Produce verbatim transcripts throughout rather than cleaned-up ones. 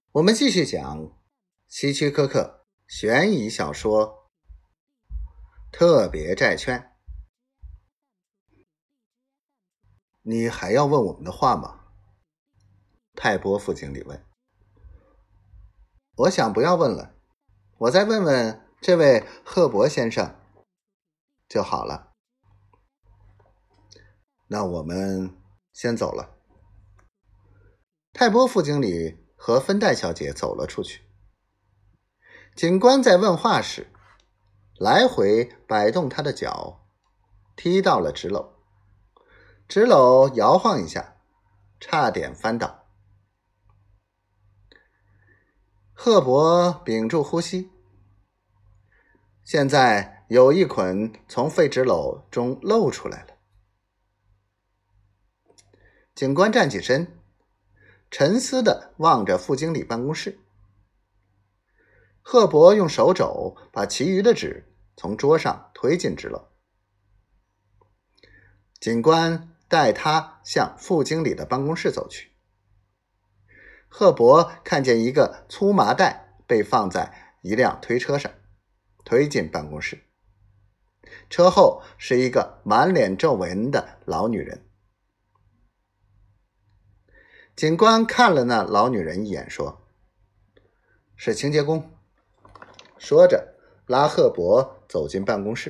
我们继续讲希区柯克悬疑小说《特别债券》。你还要问我们的话吗？泰波副经理问。我想不要问了，我再问问这位赫伯先生就好了。那我们先走了。泰波副经理和芬黛小姐走了出去。警官在问话时来回摆动他的脚，踢到了纸篓，纸篓摇晃一下，差点翻倒。赫伯屏住呼吸，现在有一捆从废纸篓中露出来了。警官站起身，沉思地望着副经理办公室。赫伯用手肘把其余的纸从桌上推进纸篓。警官带他向副经理的办公室走去。赫伯看见一个粗麻袋被放在一辆推车上，推进办公室。车后是一个满脸皱纹的老女人。警官看了那老女人一眼，说：“是清洁工。”说着拉赫伯走进办公室。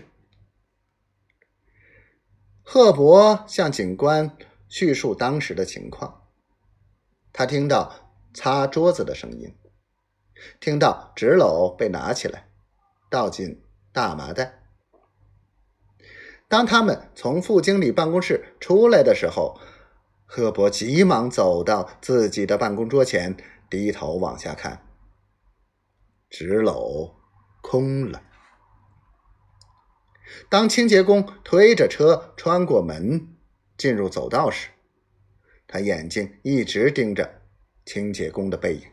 赫伯向警官叙述当时的情况。他听到擦桌子的声音，听到纸篓被拿起来倒进大麻袋。当他们从副经理办公室出来的时候，赫伯急忙走到自己的办公桌前，低头往下看。纸篓空了。当清洁工推着车穿过门进入走道时，他眼睛一直盯着清洁工的背影。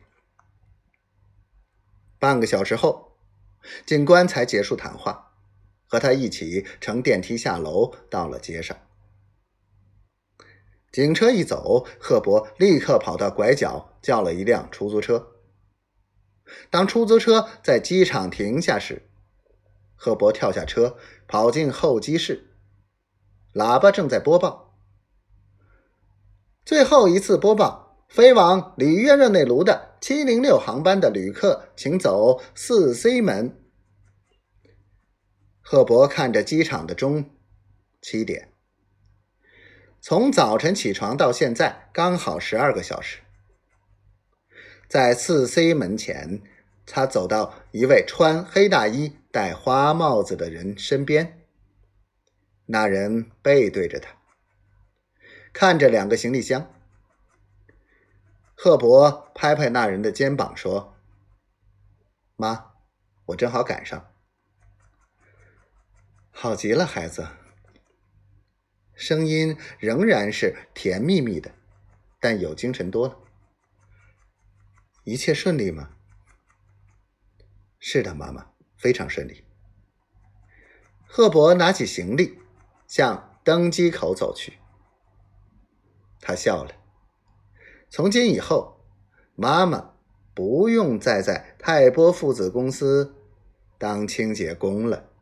半个小时后，警官才结束谈话，和他一起乘电梯下楼到了街上。警车一走，赫伯立刻跑到拐角叫了一辆出租车。当出租车在机场停下时，赫伯跳下车跑进候机室，喇叭正在播报。最后一次播报，飞往里约热内卢的七零六航班的旅客请走 四 C 门。赫伯看着机场的钟，七点。从早晨起床到现在刚好十二个小时。在 四 C 门前，他走到一位穿黑大衣戴花帽子的人身边。那人背对着他，看着两个行李箱。赫伯拍拍那人的肩膀说：“妈，我正好赶上。”好极了，孩子。声音仍然是甜蜜蜜的，但有精神多了。一切顺利吗？是的，妈妈，非常顺利。赫伯拿起行李向登机口走去。他笑了。从今以后，妈妈不用再在泰波父子公司当清洁工了。